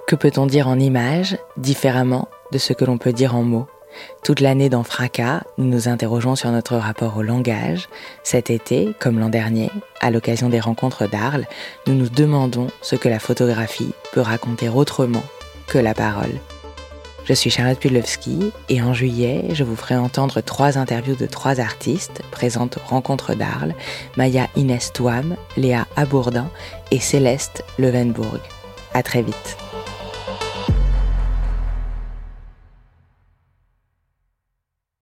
Que peut-on dire en images différemment de ce que l'on peut dire en mots ? Toute l'année dans Fracas, nous nous interrogeons sur notre rapport au langage. Cet été, comme l'an dernier, à l'occasion des rencontres d'Arles, nous nous demandons ce que la photographie peut raconter autrement que la parole. Je suis Charlotte Pudlowski et en juillet, je vous ferai entendre 3 interviews de 3 artistes présentes aux rencontres d'Arles, Maya Inès Touam, Léa Abourdin et Céleste Levenbourg. À très vite.